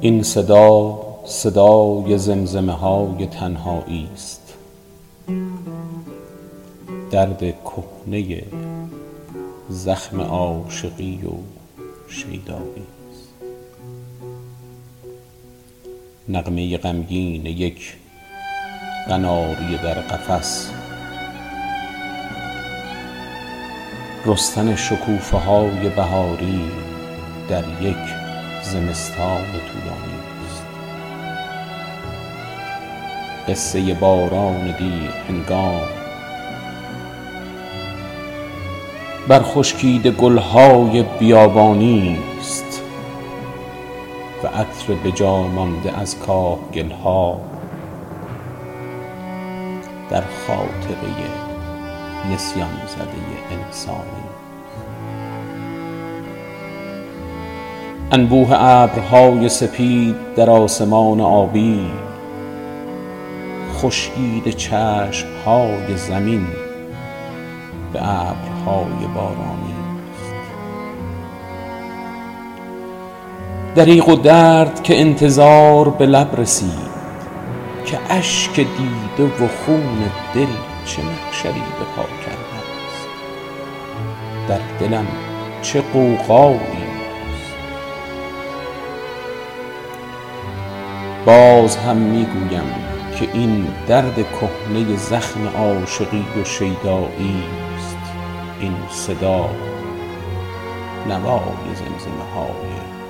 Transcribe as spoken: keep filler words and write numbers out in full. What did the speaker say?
این صدا صدای زمزمه های تنهایی است، درد کهنه زخم عاشقی و شیدایی است. نغمه غمگین یک قناری در قفس، رستن شکوفه های بهاری در یک زمستان طولانی است. قصه باران دیر هنگام بر خشکیده گلهای بیابانی است و عطر به جا مانده از کاهگلها در خاطره نسیان زده انسانی. انبوه ابرهای سپید در آسمان آبی، خشکیده چشمهای زمین به ابرهای بارانی است. دریغ و درد که انتظار به لب رسید، که اشک دیده و خون دل چه محشری به پا کرده است. در دلم چه غوغایی است. باز هم میگویم که این درد کهنه زخم عاشقی و شیدایی است. این صدا نوای زمزمه های